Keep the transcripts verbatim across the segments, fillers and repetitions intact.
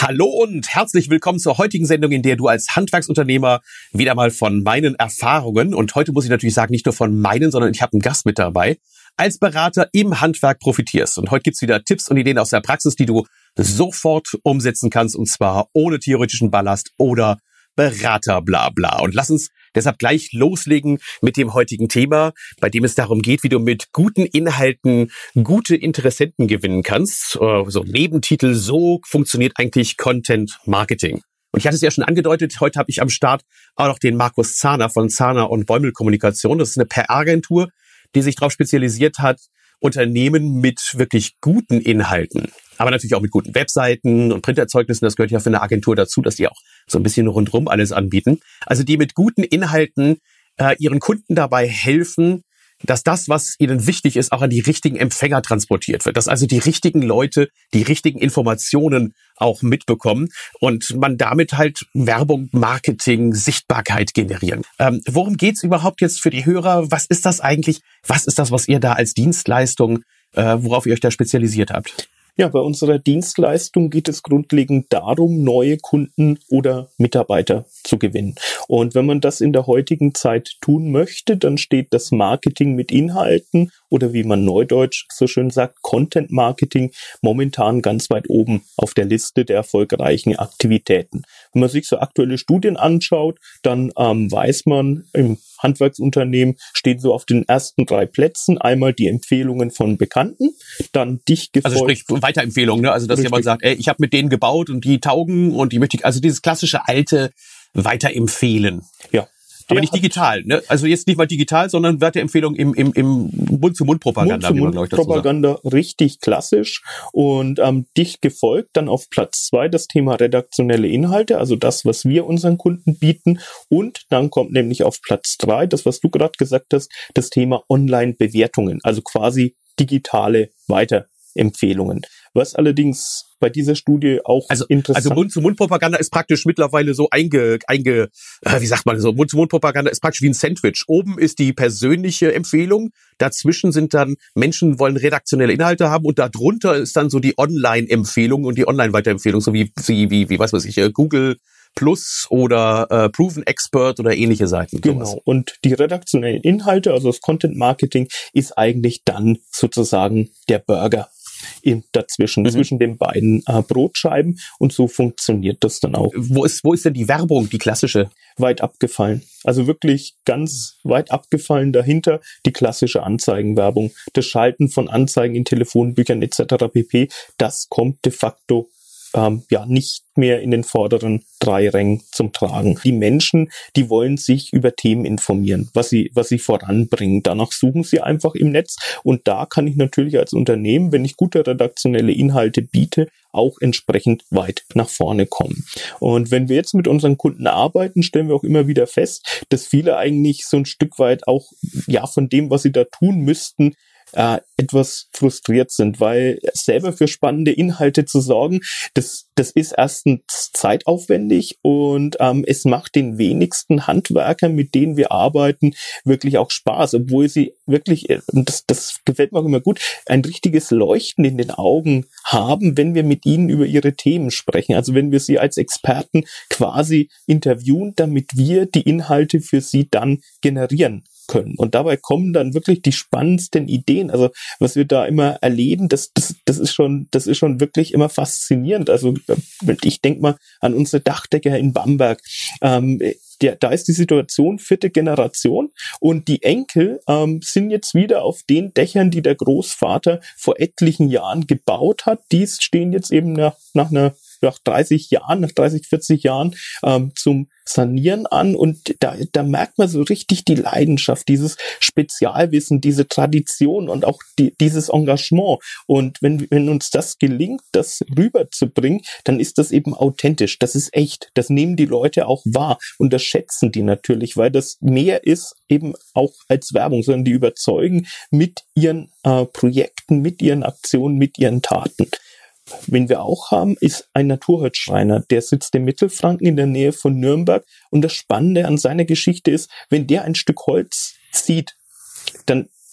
Hallo und herzlich willkommen zur heutigen Sendung, in der du als Handwerksunternehmer wieder mal von meinen Erfahrungen, und heute muss ich natürlich sagen, nicht nur von meinen, sondern ich habe einen Gast mit dabei, als Berater im Handwerk profitierst. Und heute gibt's wieder Tipps und Ideen aus der Praxis, die du sofort umsetzen kannst, und zwar ohne theoretischen Ballast oder Berater bla bla. Und lass uns deshalb gleich loslegen mit dem heutigen Thema, bei dem es darum geht, wie du mit guten Inhalten gute Interessenten gewinnen kannst. So Nebentitel, so funktioniert eigentlich Content Marketing. Und ich hatte es ja schon angedeutet, heute habe ich am Start auch noch den Markus Zahner von Zahner und Bäumel Kommunikation. Das ist eine P R-Agentur, die sich darauf spezialisiert hat, Unternehmen mit wirklich guten Inhalten, aber natürlich auch mit guten Webseiten und Printerzeugnissen, das gehört ja für eine Agentur dazu, dass die auch so ein bisschen rundrum alles anbieten. Also die mit guten Inhalten äh, ihren Kunden dabei helfen, dass das, was ihnen wichtig ist, auch an die richtigen Empfänger transportiert wird. Dass also die richtigen Leute die richtigen Informationen auch mitbekommen und man damit halt Werbung, Marketing, Sichtbarkeit generieren. Ähm, worum geht's überhaupt jetzt für die Hörer? Was ist das eigentlich? Was ist das, was ihr da als Dienstleistung, äh, worauf ihr euch da spezialisiert habt? Ja, bei unserer Dienstleistung geht es grundlegend darum, neue Kunden oder Mitarbeiter zu gewinnen. Und wenn man das in der heutigen Zeit tun möchte, dann steht das Marketing mit Inhalten oder wie man neudeutsch so schön sagt, Content Marketing momentan ganz weit oben auf der Liste der erfolgreichen Aktivitäten. Wenn man sich so aktuelle Studien anschaut, dann ähm, weiß man, im Handwerksunternehmen stehen so auf den ersten drei Plätzen einmal die Empfehlungen von Bekannten, dann dicht gefolgt. Also sprich Weiterempfehlung, ne? Also dass Richtig. Jemand sagt, ey, ich habe mit denen gebaut und die taugen und die möchte ich, also dieses klassische alte Weiterempfehlen. Ja. Aber nicht digital, ne? Also jetzt nicht mal digital, sondern Weiterempfehlung im im im Mund-zu-Mund-Propaganda, wie man glaube ich dazu sagt. Mund-zu-Mund-Propaganda, richtig klassisch. Und ähm, dicht gefolgt dann auf Platz zwei das Thema redaktionelle Inhalte, also das, was wir unseren Kunden bieten. Und dann kommt nämlich auf Platz drei, das, was du gerade gesagt hast, das Thema Online-Bewertungen, also quasi digitale Weiterempfehlungen. Was allerdings bei dieser Studie auch also, interessant... Also Mund-zu-Mund-Propaganda ist praktisch mittlerweile so einge... einge äh, wie sagt man so? Mund-zu-Mund-Propaganda ist praktisch wie ein Sandwich. Oben ist die persönliche Empfehlung, dazwischen sind dann Menschen wollen redaktionelle Inhalte haben und darunter ist dann so die Online-Empfehlung und die Online-Weiterempfehlung, so wie, wie, wie, wie was weiß ich, Google Plus oder äh, Proven Expert oder ähnliche Seiten. Genau. Sowas. Und die redaktionellen Inhalte, also das Content Marketing, ist eigentlich dann sozusagen der Burger in, dazwischen, mhm. zwischen den beiden äh, Brotscheiben, und so funktioniert das dann auch. Wo ist, wo ist denn die Werbung, die klassische? Weit abgefallen. Also wirklich ganz weit abgefallen dahinter die klassische Anzeigenwerbung. Das Schalten von Anzeigen in Telefonbüchern et cetera pp., das kommt de facto Ähm, ja nicht mehr in den vorderen drei Rängen zum Tragen. Die Menschen, die wollen sich über Themen informieren, was sie was sie voranbringen. Danach suchen sie einfach im Netz, und da kann ich natürlich als Unternehmen, wenn ich gute redaktionelle Inhalte biete, auch entsprechend weit nach vorne kommen. Und wenn wir jetzt mit unseren Kunden arbeiten, stellen wir auch immer wieder fest, dass viele eigentlich so ein Stück weit auch ja von dem, was sie da tun müssten, Äh, etwas frustriert sind, weil selber für spannende Inhalte zu sorgen, das das ist erstens zeitaufwendig, und ähm, es macht den wenigsten Handwerkern, mit denen wir arbeiten, wirklich auch Spaß, obwohl sie wirklich, und das, das gefällt mir auch immer gut, ein richtiges Leuchten in den Augen haben, wenn wir mit ihnen über ihre Themen sprechen. Also wenn wir sie als Experten quasi interviewen, damit wir die Inhalte für sie dann generieren können. Und dabei kommen dann wirklich die spannendsten Ideen. Also was wir da immer erleben, das, das, das ist schon, das ist schon wirklich immer faszinierend. Also ich denke mal an unsere Dachdecker in Bamberg. Ähm, der, da ist die Situation vierte Generation, und die Enkel ähm, sind jetzt wieder auf den Dächern, die der Großvater vor etlichen Jahren gebaut hat. Die stehen jetzt eben nach, nach einer nach dreißig Jahren, nach dreißig, vierzig Jahren ähm, zum Sanieren an, und da, da merkt man so richtig die Leidenschaft, dieses Spezialwissen, diese Tradition und auch die, dieses Engagement. Und wenn, wenn uns das gelingt, das rüberzubringen, dann ist das eben authentisch, das ist echt, das nehmen die Leute auch wahr, und das schätzen die natürlich, weil das mehr ist eben auch als Werbung, sondern die überzeugen mit ihren äh, Projekten, mit ihren Aktionen, mit ihren Taten. Wen wir auch haben, ist ein Naturholzschreiner. Der sitzt im Mittelfranken in der Nähe von Nürnberg. Und das Spannende an seiner Geschichte ist, wenn der ein Stück Holz zieht, dann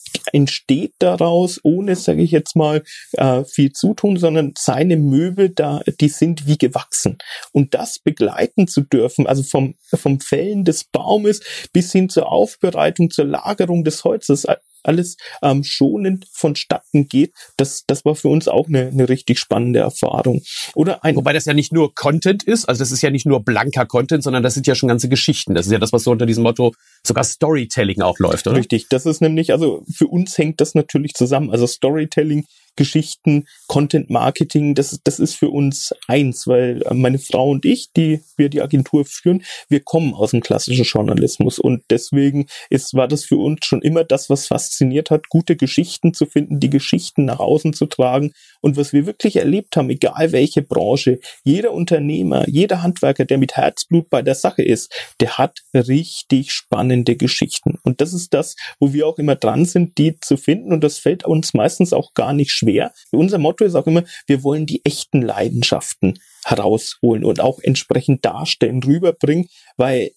entsteht daraus, ohne, sage ich jetzt mal, äh, viel Zutun, sondern seine Möbel da, die sind wie gewachsen. Und das begleiten zu dürfen, also vom, vom Fällen des Baumes bis hin zur Aufbereitung, zur Lagerung des Holzes, alles ähm, schonend vonstatten geht, das, das war für uns auch eine, eine richtig spannende Erfahrung. Oder ein Wobei das ja nicht nur Content ist, also das ist ja nicht nur blanker Content, sondern das sind ja schon ganze Geschichten. Das ist ja das, was so unter diesem Motto sogar Storytelling auch läuft, oder? Richtig, das ist nämlich, also für uns hängt das natürlich zusammen. Also Storytelling, Geschichten, Content Marketing, das, das ist für uns eins, weil meine Frau und ich, die wir die Agentur führen, wir kommen aus dem klassischen Journalismus und deswegen ist, war das für uns schon immer das, was fasziniert hat, gute Geschichten zu finden, die Geschichten nach außen zu tragen und was wir wirklich erlebt haben, egal welche Branche, jeder Unternehmer, jeder Handwerker, der mit Herzblut bei der Sache ist, der hat richtig spannende Geschichten und das ist das, wo wir auch immer dran sind, die zu finden und das fällt uns meistens auch gar nicht schwer. Unser Motto ist auch immer, wir wollen die echten Leidenschaften herausholen und auch entsprechend darstellen, rüberbringen, weil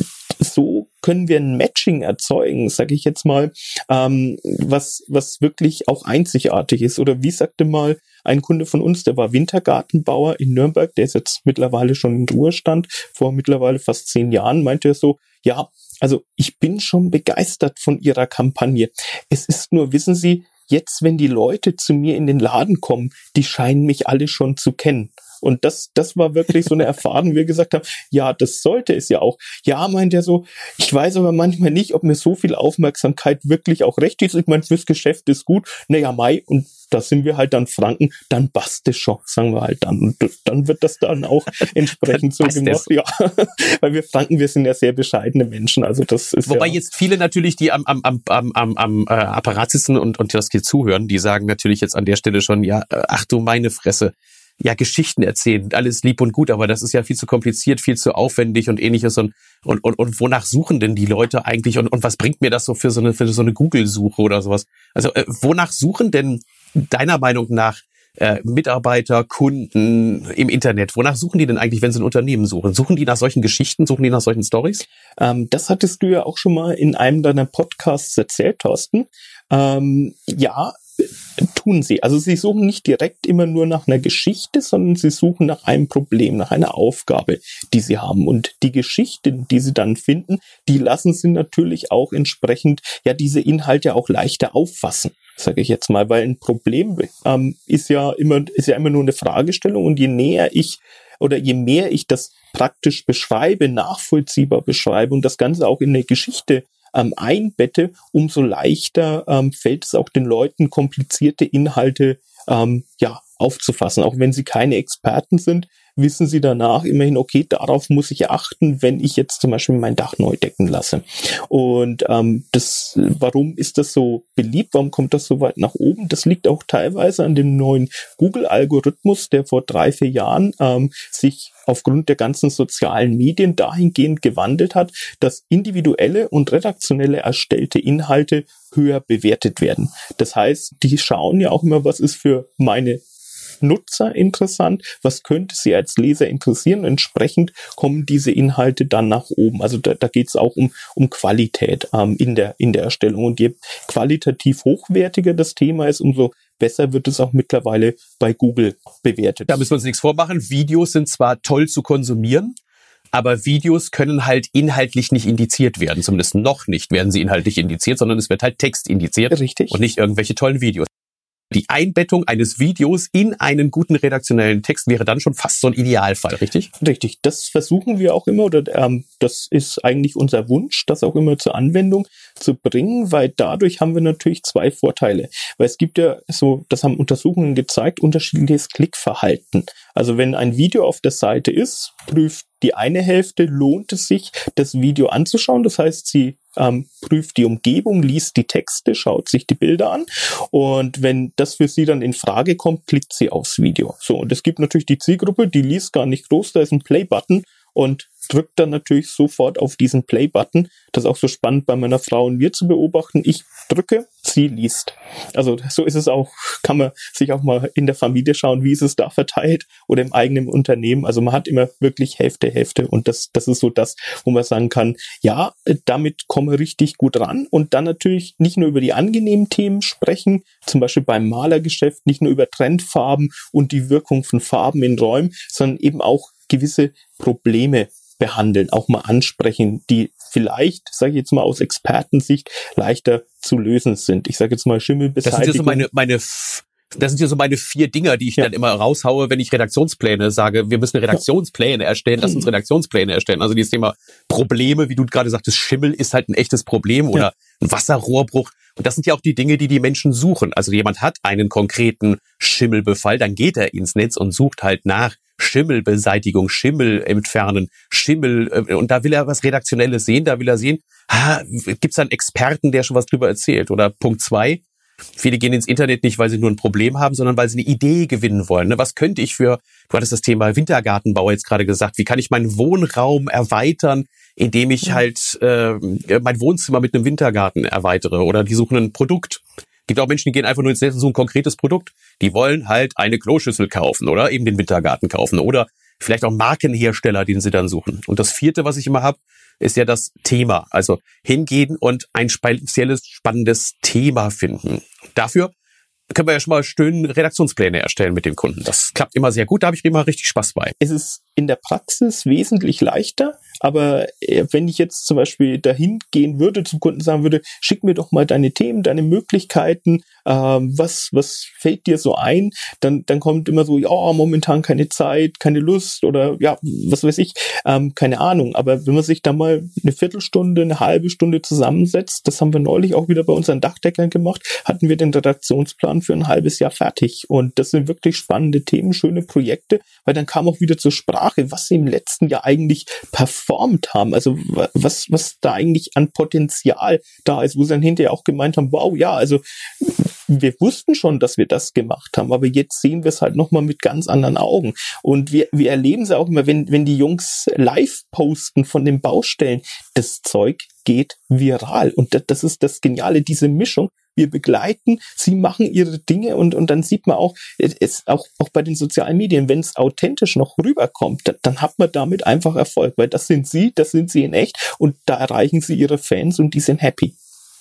so können wir ein Matching erzeugen, sage ich jetzt mal, ähm, was was wirklich auch einzigartig ist. Oder wie sagte mal ein Kunde von uns, der war Wintergartenbauer in Nürnberg, der ist jetzt mittlerweile schon in Ruhestand, vor mittlerweile fast zehn Jahren, meinte er so, ja, also ich bin schon begeistert von Ihrer Kampagne. Es ist nur, wissen Sie, jetzt, wenn die Leute zu mir in den Laden kommen, die scheinen mich alle schon zu kennen. Und das, das war wirklich so eine Erfahrung, wie wir gesagt haben, ja, das sollte es ja auch. Ja, meint er so, ich weiß aber manchmal nicht, ob mir so viel Aufmerksamkeit wirklich auch recht ist. Ich meine, fürs Geschäft ist gut. Naja, Mai, und da sind wir halt dann Franken, dann passt es schon, sagen wir halt dann. Und dann wird das dann auch entsprechend so gemacht. Ja, weil wir Franken, wir sind ja sehr bescheidene Menschen. Also das ist Wobei ja jetzt viele natürlich, die am, am, am, am, am, am äh, Apparat sitzen und, und das hier zuhören, die sagen natürlich jetzt an der Stelle schon, ja, äh, ach du meine Fresse. Ja, Geschichten erzählen, alles lieb und gut, aber das ist ja viel zu kompliziert, viel zu aufwendig und ähnliches und und und, und wonach suchen denn die Leute eigentlich und und was bringt mir das so für so eine für so eine Google-Suche oder sowas? Also äh, wonach suchen denn deiner Meinung nach äh, Mitarbeiter, Kunden im Internet? Wonach suchen die denn eigentlich, wenn sie ein Unternehmen suchen? Suchen die nach solchen Geschichten? Suchen die nach solchen Stories? Ähm, das hattest du ja auch schon mal in einem deiner Podcasts erzählt, Thorsten. Ähm, ja. Tun sie. Also sie suchen nicht direkt immer nur nach einer Geschichte, sondern sie suchen nach einem Problem, nach einer Aufgabe, die sie haben. Und die Geschichten, die sie dann finden, die lassen sie natürlich auch entsprechend, ja, diese Inhalte auch leichter auffassen, sage ich jetzt mal, weil ein Problem ähm, ist ja immer, ist ja immer nur eine Fragestellung und je näher ich oder je mehr ich das praktisch beschreibe, nachvollziehbar beschreibe und das Ganze auch in eine Geschichte Ähm, einbette, umso leichter ähm, fällt es auch den Leuten, komplizierte Inhalte ähm, ja aufzufassen. Auch wenn sie keine Experten sind, wissen sie danach immerhin, okay, darauf muss ich achten, wenn ich jetzt zum Beispiel mein Dach neu decken lasse. Und ähm, das, warum ist das so beliebt? Warum kommt das so weit nach oben? Das liegt auch teilweise an dem neuen Google-Algorithmus, der vor drei, vier Jahren ähm, sich aufgrund der ganzen sozialen Medien dahingehend gewandelt hat, dass individuelle und redaktionelle erstellte Inhalte höher bewertet werden. Das heißt, die schauen ja auch immer, was ist für meine Nutzer interessant, was könnte sie als Leser interessieren. Entsprechend kommen diese Inhalte dann nach oben. Also da, da geht es auch um, um Qualität ähm, in der, in der Erstellung. Und je qualitativ hochwertiger das Thema ist, umso besser wird es auch mittlerweile bei Google bewertet. Da müssen wir uns nichts vormachen. Videos sind zwar toll zu konsumieren, aber Videos können halt inhaltlich nicht indiziert werden. Zumindest noch nicht werden sie inhaltlich indiziert, sondern es wird halt Text indiziert. Richtig. Und nicht irgendwelche tollen Videos. Die Einbettung eines Videos in einen guten redaktionellen Text wäre dann schon fast so ein Idealfall, richtig? Richtig, das versuchen wir auch immer, oder ähm, das ist eigentlich unser Wunsch, das auch immer zur Anwendung zu bringen, weil dadurch haben wir natürlich zwei Vorteile. Weil es gibt ja so, das haben Untersuchungen gezeigt, unterschiedliches Klickverhalten. Also wenn ein Video auf der Seite ist, prüft die eine Hälfte, lohnt es sich, das Video anzuschauen. Das heißt, sie ähm, prüft die Umgebung, liest die Texte, schaut sich die Bilder an. Und wenn das für sie dann in Frage kommt, klickt sie aufs Video. So, und es gibt natürlich die Zielgruppe, die liest gar nicht groß, da ist ein Play-Button und drückt dann natürlich sofort auf diesen Play-Button. Das ist auch so spannend bei meiner Frau und mir zu beobachten. Ich drücke, sie liest. Also so ist es auch, kann man sich auch mal in der Familie schauen, wie ist es da verteilt oder im eigenen Unternehmen. Also man hat immer wirklich Hälfte, Hälfte und das, das ist so das, wo man sagen kann, ja, damit kommen wir richtig gut ran und dann natürlich nicht nur über die angenehmen Themen sprechen, zum Beispiel beim Malergeschäft, nicht nur über Trendfarben und die Wirkung von Farben in Räumen, sondern eben auch gewisse Probleme behandeln, auch mal ansprechen, die vielleicht, sage ich jetzt mal aus Expertensicht, leichter zu lösen sind. Ich sage jetzt mal Schimmelbeseitigung. Das sind ja so meine, meine, das sind ja so meine vier Dinger, die ich ja. dann immer raushaue, wenn ich Redaktionspläne sage. Wir müssen Redaktionspläne erstellen, lass uns Redaktionspläne erstellen. Also dieses Thema Probleme, wie du gerade sagtest, Schimmel ist halt ein echtes Problem oder ja. ein Wasserrohrbruch. Und das sind ja auch die Dinge, die die Menschen suchen. Also jemand hat einen konkreten Schimmelbefall, dann geht er ins Netz und sucht halt nach Schimmelbeseitigung, Schimmel entfernen, Schimmel, und da will er was Redaktionelles sehen, da will er sehen, ha, gibt's da einen Experten, der schon was drüber erzählt? Oder Punkt zwei, viele gehen ins Internet nicht, weil sie nur ein Problem haben, sondern weil sie eine Idee gewinnen wollen. Was könnte ich für, du hattest das Thema Wintergartenbau jetzt gerade gesagt, wie kann ich meinen Wohnraum erweitern, indem ich halt äh, mein Wohnzimmer mit einem Wintergarten erweitere, oder die suchen ein Produkt. Es gibt auch Menschen, die gehen einfach nur ins Netz und suchen ein konkretes Produkt. Die wollen halt eine Kloschüssel kaufen oder eben den Wintergarten kaufen oder vielleicht auch Markenhersteller, den sie dann suchen. Und das vierte, was ich immer habe, ist ja das Thema. Also hingehen und ein spezielles, spannendes Thema finden. Dafür können wir ja schon mal schön Redaktionspläne erstellen mit den Kunden. Das klappt immer sehr gut, da habe ich immer richtig Spaß bei. Es ist in der Praxis wesentlich leichter, aber wenn ich jetzt zum Beispiel dahin gehen würde, zum Kunden sagen würde, schick mir doch mal deine Themen, deine Möglichkeiten, ähm, was was fällt dir so ein, dann dann kommt immer so, ja, momentan keine Zeit, keine Lust oder ja, was weiß ich, ähm, keine Ahnung. Aber wenn man sich da mal eine Viertelstunde, eine halbe Stunde zusammensetzt, das haben wir neulich auch wieder bei unseren Dachdeckern gemacht, hatten wir den Redaktionsplan für ein halbes Jahr fertig. Und das sind wirklich spannende Themen, schöne Projekte, weil dann kam auch wieder zur Sprache, was sie im letzten Jahr eigentlich performt haben. Also was was da eigentlich an Potenzial da ist, wo sie dann hinterher auch gemeint haben, wow, ja, also wir wussten schon, dass wir das gemacht haben, aber jetzt sehen wir es halt nochmal mit ganz anderen Augen. Und wir, wir erleben es auch immer, wenn, wenn die Jungs live posten von den Baustellen, das Zeug geht viral. Und das, das ist das Geniale, diese Mischung. Wir begleiten, sie machen ihre Dinge und, und dann sieht man auch, es, auch, auch bei den sozialen Medien, wenn es authentisch noch rüberkommt, dann, dann hat man damit einfach Erfolg, weil das sind sie, das sind sie in echt und da erreichen sie ihre Fans und die sind happy.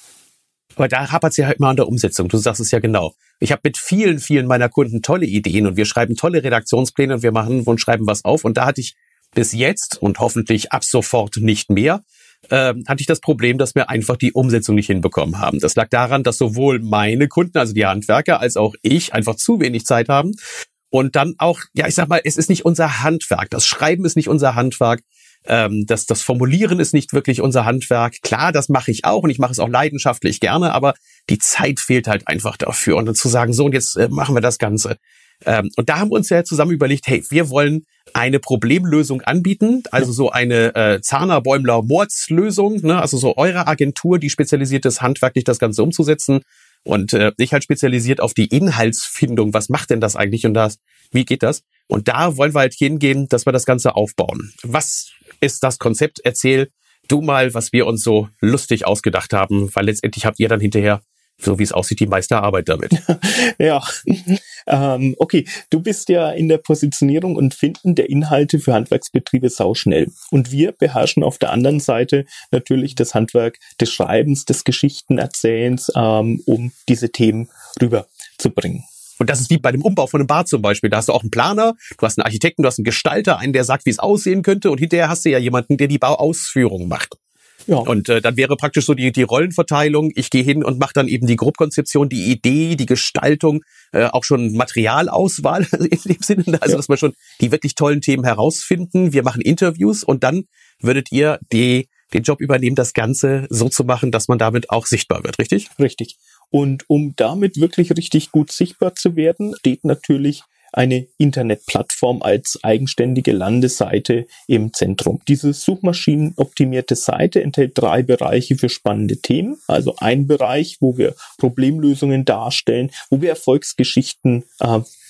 Aber da hapert es ja halt mal an der Umsetzung. Du sagst es ja genau. Ich habe mit vielen, vielen meiner Kunden tolle Ideen und wir schreiben tolle Redaktionspläne und wir machen und schreiben was auf. Und da hatte ich bis jetzt und hoffentlich ab sofort nicht mehr, äh, hatte ich das Problem, dass wir einfach die Umsetzung nicht hinbekommen haben. Das lag daran, dass sowohl meine Kunden, also die Handwerker, als auch ich einfach zu wenig Zeit haben. Und dann auch, ja, ich sag mal, es ist nicht unser Handwerk. Das Schreiben ist nicht unser Handwerk. Ähm, das, das Formulieren ist nicht wirklich unser Handwerk. Klar, das mache ich auch und ich mache es auch leidenschaftlich gerne, aber die Zeit fehlt halt einfach dafür. Und dann zu sagen, so und jetzt äh, machen wir das Ganze. Ähm, und da haben wir uns ja zusammen überlegt, hey, wir wollen eine Problemlösung anbieten, also so eine äh, Zahner, Bäumler, Mords-Lösung, ne? Also so eure Agentur, die spezialisiert ist, handwerklich das Ganze umzusetzen. Und äh, ich halt spezialisiert auf die Inhaltsfindung. Was macht denn das eigentlich und das? Wie geht das? Und da wollen wir halt hingehen, dass wir das Ganze aufbauen. Was ist das Konzept? Erzähl du mal, was wir uns so lustig ausgedacht haben, weil letztendlich habt ihr dann hinterher, so wie es aussieht, die meiste Arbeit damit. Ja, ähm, okay. Du bist ja in der Positionierung und Finden der Inhalte für Handwerksbetriebe sauschnell. Und wir beherrschen auf der anderen Seite natürlich das Handwerk des Schreibens, des Geschichtenerzählens, ähm, um diese Themen rüberzubringen. Und das ist wie bei dem Umbau von einem Bad zum Beispiel. Da hast du auch einen Planer, du hast einen Architekten, du hast einen Gestalter, einen, der sagt, wie es aussehen könnte. Und hinterher hast du ja jemanden, der die Bauausführung macht. Ja. Und äh, dann wäre praktisch so die, die Rollenverteilung. Ich gehe hin und mache dann eben die Grobkonzeption, die Idee, die Gestaltung, äh, auch schon Materialauswahl in dem Sinne. Also, ja, dass wir schon die wirklich tollen Themen herausfinden. Wir machen Interviews und dann würdet ihr die, den Job übernehmen, das Ganze so zu machen, dass man damit auch sichtbar wird, richtig? Richtig. Und um damit wirklich richtig gut sichtbar zu werden, steht natürlich eine Internetplattform als eigenständige Landeseite im Zentrum. Diese suchmaschinenoptimierte Seite enthält drei Bereiche für spannende Themen. Also ein Bereich, wo wir Problemlösungen darstellen, wo wir Erfolgsgeschichten äh,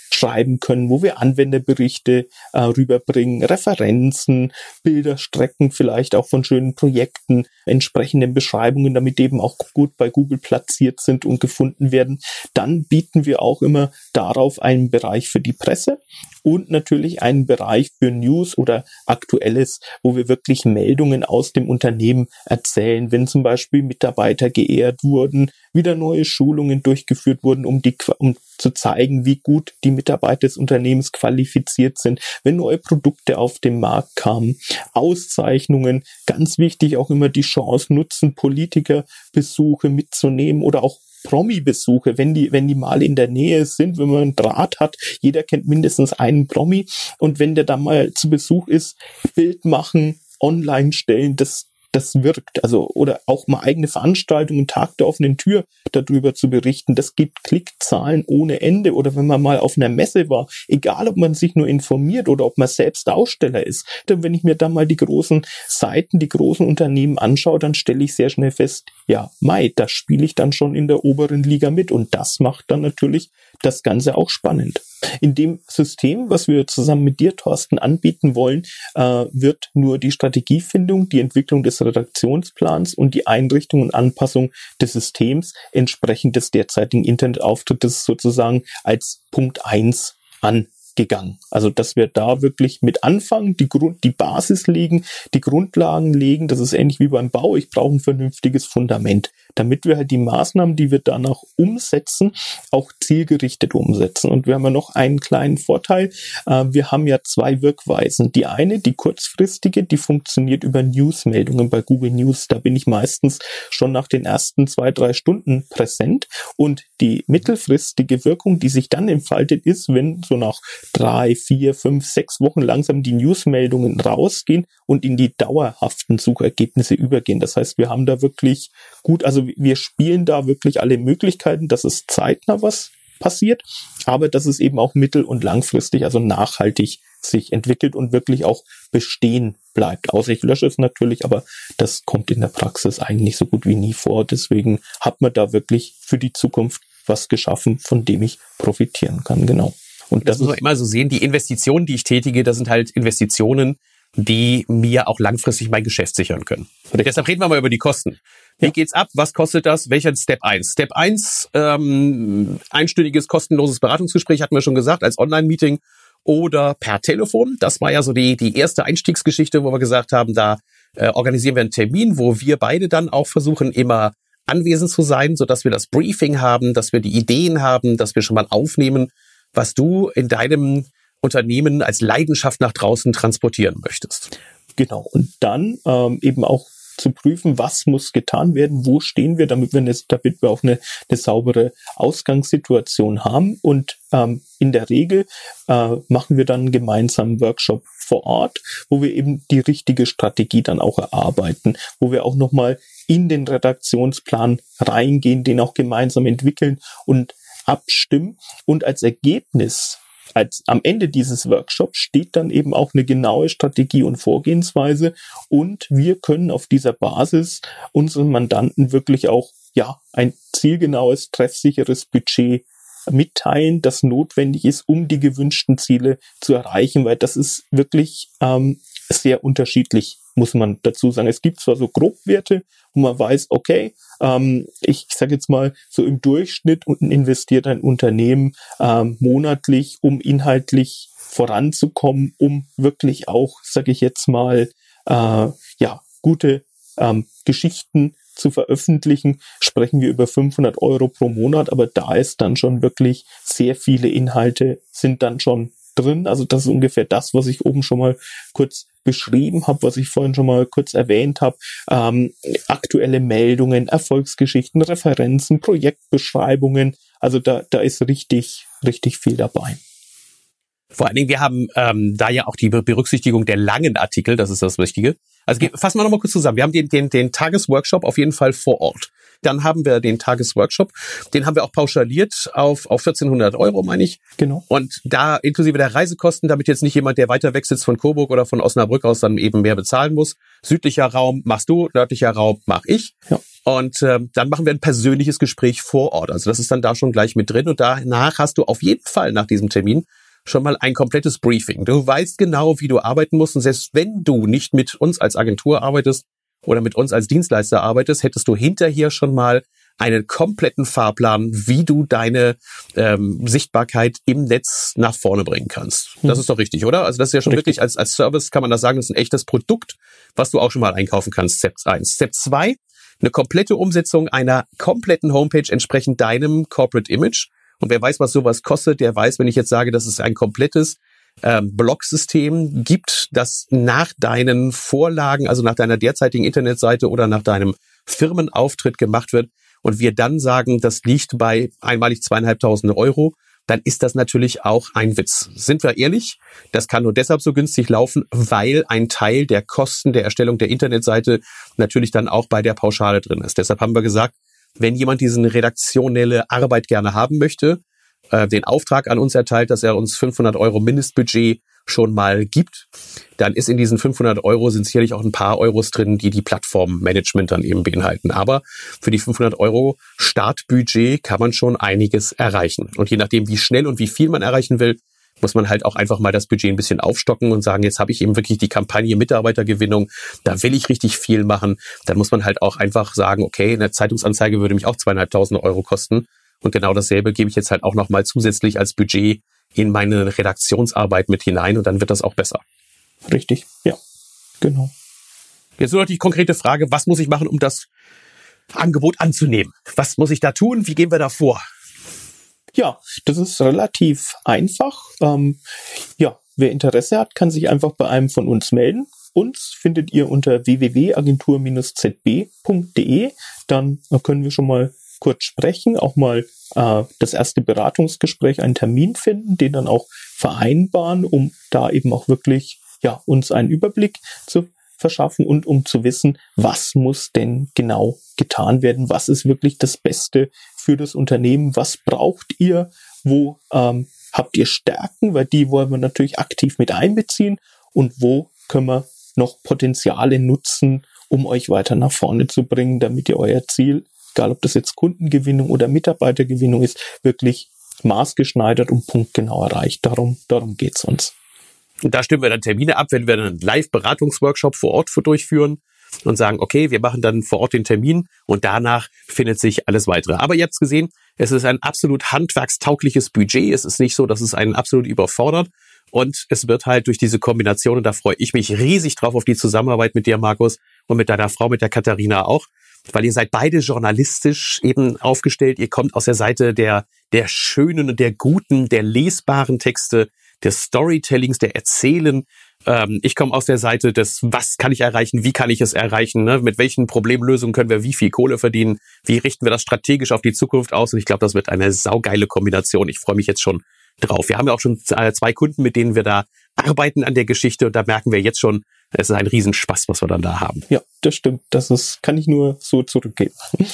schreiben können, wo wir Anwenderberichte äh, rüberbringen, Referenzen, Bilderstrecken vielleicht auch von schönen Projekten, entsprechenden Beschreibungen, damit eben auch gut bei Google platziert sind und gefunden werden. Dann bieten wir auch immer darauf einen Bereich für die Presse und natürlich einen Bereich für News oder Aktuelles, wo wir wirklich Meldungen aus dem Unternehmen erzählen, wenn zum Beispiel Mitarbeiter geehrt wurden, wieder neue Schulungen durchgeführt wurden, um die um zu zeigen, wie gut die Mitarbeiter des Unternehmens qualifiziert sind, wenn neue Produkte auf den Markt kamen, Auszeichnungen, ganz wichtig auch immer die Chance nutzen, Politikerbesuche mitzunehmen oder auch Promi-Besuche, wenn die, wenn die mal in der Nähe sind, wenn man einen Draht hat, jeder kennt mindestens einen Promi und wenn der da mal zu Besuch ist, Bild machen, online stellen, das das wirkt, also oder auch mal eigene Veranstaltungen, Tag der offenen Tür darüber zu berichten, das gibt Klickzahlen ohne Ende oder wenn man mal auf einer Messe war, egal ob man sich nur informiert oder ob man selbst Aussteller ist, denn wenn ich mir da mal die großen Seiten, die großen Unternehmen anschaue, dann stelle ich sehr schnell fest, ja, mei, da spiele ich dann schon in der oberen Liga mit und das macht dann natürlich das Ganze auch spannend. In dem System, was wir zusammen mit dir, Thorsten, anbieten wollen, äh, wird nur die Strategiefindung, die Entwicklung des Redaktionsplans und die Einrichtung und Anpassung des Systems entsprechend des derzeitigen Internetauftrittes sozusagen als Punkt eins angegangen. Also, dass wir da wirklich mit anfangen, die Grund, die Basis legen, die Grundlagen legen. Das ist ähnlich wie beim Bau. Ich brauche ein vernünftiges Fundament, damit wir halt die Maßnahmen, die wir danach umsetzen, auch zielgerichtet umsetzen. Und wir haben ja noch einen kleinen Vorteil. Wir haben ja zwei Wirkweisen. Die eine, die kurzfristige, die funktioniert über Newsmeldungen bei Google News. Da bin ich meistens schon nach den ersten zwei, drei Stunden präsent. Und die mittelfristige Wirkung, die sich dann entfaltet, ist, wenn so nach drei, vier, fünf, sechs Wochen langsam die Newsmeldungen rausgehen und in die dauerhaften Suchergebnisse übergehen. Das heißt, wir haben da wirklich gut, also wir spielen da wirklich alle Möglichkeiten, dass es zeitnah was passiert, aber dass es eben auch mittel- und langfristig, also nachhaltig sich entwickelt und wirklich auch bestehen bleibt. Außer ich lösche es natürlich, aber das kommt in der Praxis eigentlich so gut wie nie vor. Deswegen hat man da wirklich für die Zukunft was geschaffen, von dem ich profitieren kann. Genau. Und das, das muss man immer so sehen, die Investitionen, die ich tätige, das sind halt Investitionen, die mir auch langfristig mein Geschäft sichern können. Und deshalb reden wir mal über die Kosten. Wie ja. geht's ab? Was kostet das? Welcher Step eins? Step eins, ähm, einstündiges, kostenloses Beratungsgespräch, hatten wir schon gesagt, als Online-Meeting oder per Telefon. Das war ja so die, die erste Einstiegsgeschichte, wo wir gesagt haben, da äh, organisieren wir einen Termin, wo wir beide dann auch versuchen, immer anwesend zu sein, sodass wir das Briefing haben, dass wir die Ideen haben, dass wir schon mal aufnehmen, was du in deinem Unternehmen als Leidenschaft nach draußen transportieren möchtest. Genau. Und dann ähm, eben auch zu prüfen, was muss getan werden, wo stehen wir, damit wir, eine, damit wir auch eine, eine saubere Ausgangssituation haben. Und ähm, in der Regel äh, machen wir dann einen gemeinsamen Workshop vor Ort, wo wir eben die richtige Strategie dann auch erarbeiten, wo wir auch nochmal in den Redaktionsplan reingehen, den auch gemeinsam entwickeln und abstimmen. Und als Ergebnis, als am Ende dieses Workshops steht dann eben auch eine genaue Strategie und Vorgehensweise und wir können auf dieser Basis unseren Mandanten wirklich auch ja ein zielgenaues, treffsicheres Budget mitteilen, das notwendig ist, um die gewünschten Ziele zu erreichen, weil das ist wirklich ähm, sehr unterschiedlich, muss man dazu sagen. Es gibt zwar so Grobwerte, wo man weiß, okay, ähm, ich, ich sage jetzt mal, so im Durchschnitt investiert ein Unternehmen ähm, monatlich, um inhaltlich voranzukommen, um wirklich auch, sage ich jetzt mal, äh, ja, gute ähm, Geschichten zu veröffentlichen, sprechen wir über fünfhundert Euro pro Monat, aber da ist dann schon wirklich sehr viele Inhalte sind dann schon drin. Also das ist ungefähr das, was ich oben schon mal kurz beschrieben habe, was ich vorhin schon mal kurz erwähnt habe. Ähm, aktuelle Meldungen, Erfolgsgeschichten, Referenzen, Projektbeschreibungen. Also da, da ist richtig, richtig viel dabei. Vor allen Dingen, wir haben ähm, da ja auch die Berücksichtigung der langen Artikel, das ist das Wichtige. Also fassen wir nochmal kurz zusammen. Wir haben den, den, den Tagesworkshop auf jeden Fall vor Ort. Dann haben wir den Tagesworkshop, den haben wir auch pauschaliert auf, auf vierzehnhundert Euro, meine ich. Genau. Und da inklusive der Reisekosten, damit jetzt nicht jemand, der weiter weg sitzt von Coburg oder von Osnabrück aus, dann eben mehr bezahlen muss. Südlicher Raum machst du, nördlicher Raum mach ich. Ja. Und äh, dann machen wir ein persönliches Gespräch vor Ort. Also das ist dann da schon gleich mit drin. Und danach hast du auf jeden Fall nach diesem Termin schon mal ein komplettes Briefing. Du weißt genau, wie du arbeiten musst. Und selbst wenn du nicht mit uns als Agentur arbeitest oder mit uns als Dienstleister arbeitest, hättest du hinterher schon mal einen kompletten Fahrplan, wie du deine ähm, Sichtbarkeit im Netz nach vorne bringen kannst. Das ist doch richtig, oder? Also das ist ja schon richtig. Wirklich als, als Service, kann man das sagen, das ist ein echtes Produkt, was du auch schon mal einkaufen kannst. Step eins. Step zwei, eine komplette Umsetzung einer kompletten Homepage entsprechend deinem Corporate Image. Und wer weiß, was sowas kostet, der weiß, wenn ich jetzt sage, dass es ein komplettes ähm, Blog-System gibt, das nach deinen Vorlagen, also nach deiner derzeitigen Internetseite oder nach deinem Firmenauftritt gemacht wird und wir dann sagen, das liegt bei einmalig zweieinhalbtausend Euro, dann ist das natürlich auch ein Witz. Sind wir ehrlich? Das kann nur deshalb so günstig laufen, weil ein Teil der Kosten der Erstellung der Internetseite natürlich dann auch bei der Pauschale drin ist. Deshalb haben wir gesagt, wenn jemand diese redaktionelle Arbeit gerne haben möchte, äh, den Auftrag an uns erteilt, dass er uns fünfhundert Euro Mindestbudget schon mal gibt, dann ist in diesen fünfhundert Euro sind sicherlich auch ein paar Euros drin, die die Plattformmanagement dann eben beinhalten. Aber für die fünfhundert Euro Startbudget kann man schon einiges erreichen. Und je nachdem, wie schnell und wie viel man erreichen will, muss man halt auch einfach mal das Budget ein bisschen aufstocken und sagen, jetzt habe ich eben wirklich die Kampagne Mitarbeitergewinnung, da will ich richtig viel machen. Dann muss man halt auch einfach sagen, okay, eine Zeitungsanzeige würde mich auch zweieinhalbtausend Euro kosten. Und genau dasselbe gebe ich jetzt halt auch nochmal zusätzlich als Budget in meine Redaktionsarbeit mit hinein und dann wird das auch besser. Richtig, ja, genau. Jetzt nur noch die konkrete Frage, was muss ich machen, um das Angebot anzunehmen? Was muss ich da tun? Wie gehen wir da vor? Ja, das ist relativ einfach. Ähm, ja, wer Interesse hat, kann sich einfach bei einem von uns melden. Uns findet ihr unter w w w punkt agentur Bindestrich z b punkt d e. Dann können wir schon mal kurz sprechen, auch mal äh, das erste Beratungsgespräch, einen Termin finden, den dann auch vereinbaren, um da eben auch wirklich ja uns einen Überblick zu verschaffen und um zu wissen, was muss denn genau getan werden, was ist wirklich das Beste für das Unternehmen, was braucht ihr, wo ähm, habt ihr Stärken, weil die wollen wir natürlich aktiv mit einbeziehen und wo können wir noch Potenziale nutzen, um euch weiter nach vorne zu bringen, damit ihr euer Ziel, egal ob das jetzt Kundengewinnung oder Mitarbeitergewinnung ist, wirklich maßgeschneidert und punktgenau erreicht. Darum, darum geht's uns. Und da stimmen wir dann Termine ab, wenn wir dann einen Live-Beratungsworkshop vor Ort durchführen und sagen, okay, wir machen dann vor Ort den Termin und danach findet sich alles weitere. Aber ihr habt gesehen, es ist ein absolut handwerkstaugliches Budget. Es ist nicht so, dass es einen absolut überfordert. Und es wird halt durch diese Kombination, und da freue ich mich riesig drauf auf die Zusammenarbeit mit dir, Markus, und mit deiner Frau, mit der Katharina auch, weil ihr seid beide journalistisch eben aufgestellt. Ihr kommt aus der Seite der, der schönen und der guten, der lesbaren Texte, des Storytellings, der Erzählen. Ähm, ich komme aus der Seite des, was kann ich erreichen, wie kann ich es erreichen, ne? Mit welchen Problemlösungen können wir wie viel Kohle verdienen, wie richten wir das strategisch auf die Zukunft aus. Und ich glaube, das wird eine saugeile Kombination. Ich freue mich jetzt schon drauf. Wir haben ja auch schon zwei Kunden, mit denen wir da arbeiten an der Geschichte und da merken wir jetzt schon, es ist ein Riesenspaß, was wir dann da haben. Ja, das stimmt. Das ist, kann ich nur so zurückgeben.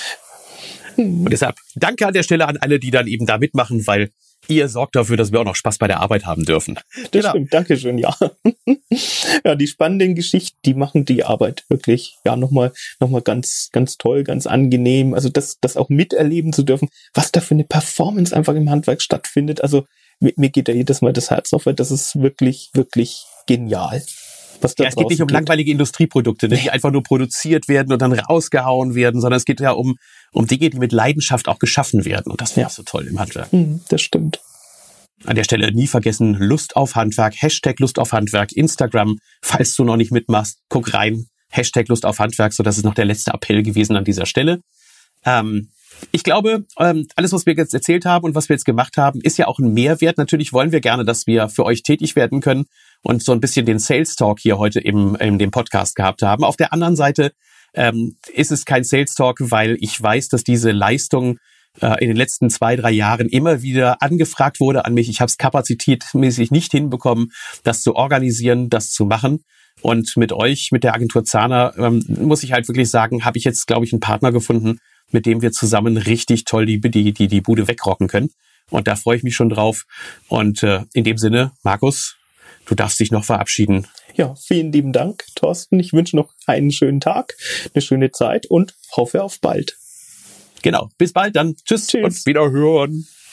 Und deshalb danke an der Stelle an alle, die dann eben da mitmachen, weil ihr sorgt dafür, dass wir auch noch Spaß bei der Arbeit haben dürfen. Das genau. Stimmt, danke schön, ja. Ja, die spannenden Geschichten, die machen die Arbeit wirklich, ja, nochmal, nochmal ganz, ganz toll, ganz angenehm. Also das, das auch miterleben zu dürfen, was da für eine Performance einfach im Handwerk stattfindet. Also mir, mir geht da jedes Mal das Herz auf, weil das ist wirklich, wirklich genial. Was da ja, es geht nicht um geht. langweilige Industrieprodukte, ne, die einfach nur produziert werden und dann rausgehauen werden, sondern es geht ja um, um Dinge, die mit Leidenschaft auch geschaffen werden. Und das finde ja. ich so toll im Handwerk. Das stimmt. An der Stelle nie vergessen, Lust auf Handwerk, Hashtag Lust auf Handwerk, Instagram, falls du noch nicht mitmachst, guck rein, Hashtag Lust auf Handwerk, so das ist noch der letzte Appell gewesen an dieser Stelle. Ähm, ich glaube, ähm, alles, was wir jetzt erzählt haben und was wir jetzt gemacht haben, ist ja auch ein Mehrwert. Natürlich wollen wir gerne, dass wir für euch tätig werden können und so ein bisschen den Sales Talk hier heute im, in dem Podcast gehabt haben. Auf der anderen Seite ähm, ist es kein Sales Talk, weil ich weiß, dass diese Leistung äh, in den letzten zwei, drei Jahren immer wieder angefragt wurde an mich. Ich habe es kapazitätmäßig nicht hinbekommen, das zu organisieren, das zu machen. Und mit euch, mit der Agentur Zahner, ähm, muss ich halt wirklich sagen, habe ich jetzt, glaube ich, einen Partner gefunden, mit dem wir zusammen richtig toll die, die, die, die Bude wegrocken können. Und da freue ich mich schon drauf. Und äh, in dem Sinne, Markus, du darfst dich noch verabschieden. Ja, vielen lieben Dank, Thorsten. Ich wünsche noch einen schönen Tag, eine schöne Zeit und hoffe auf bald. Genau, bis bald dann. Tschüss, Tschüss. Und Wiederhören.